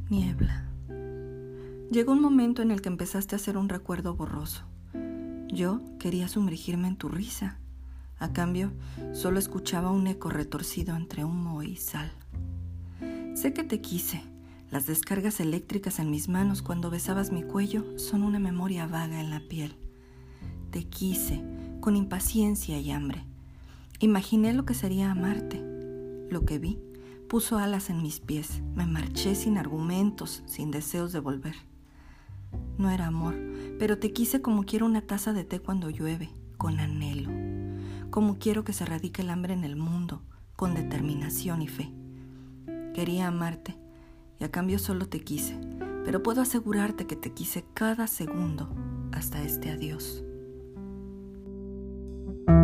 Niebla. Llegó un momento en el que empezaste a hacer un recuerdo borroso. Yo quería sumergirme en tu risa. A cambio, solo escuchaba un eco retorcido entre humo y sal. Sé que te quise. Las descargas eléctricas en mis manos cuando besabas mi cuello son una memoria vaga en la piel. Te quise, con impaciencia y hambre. Imaginé lo que sería amarte. Lo que vi puso alas en mis pies. Me marché sin argumentos, sin deseos de volver. No era amor, pero te quise como quiero una taza de té cuando llueve, con anhelo. Como quiero que se radique el hambre en el mundo, con determinación y fe. Quería amarte, y a cambio solo te quise, pero puedo asegurarte que te quise cada segundo hasta este adiós.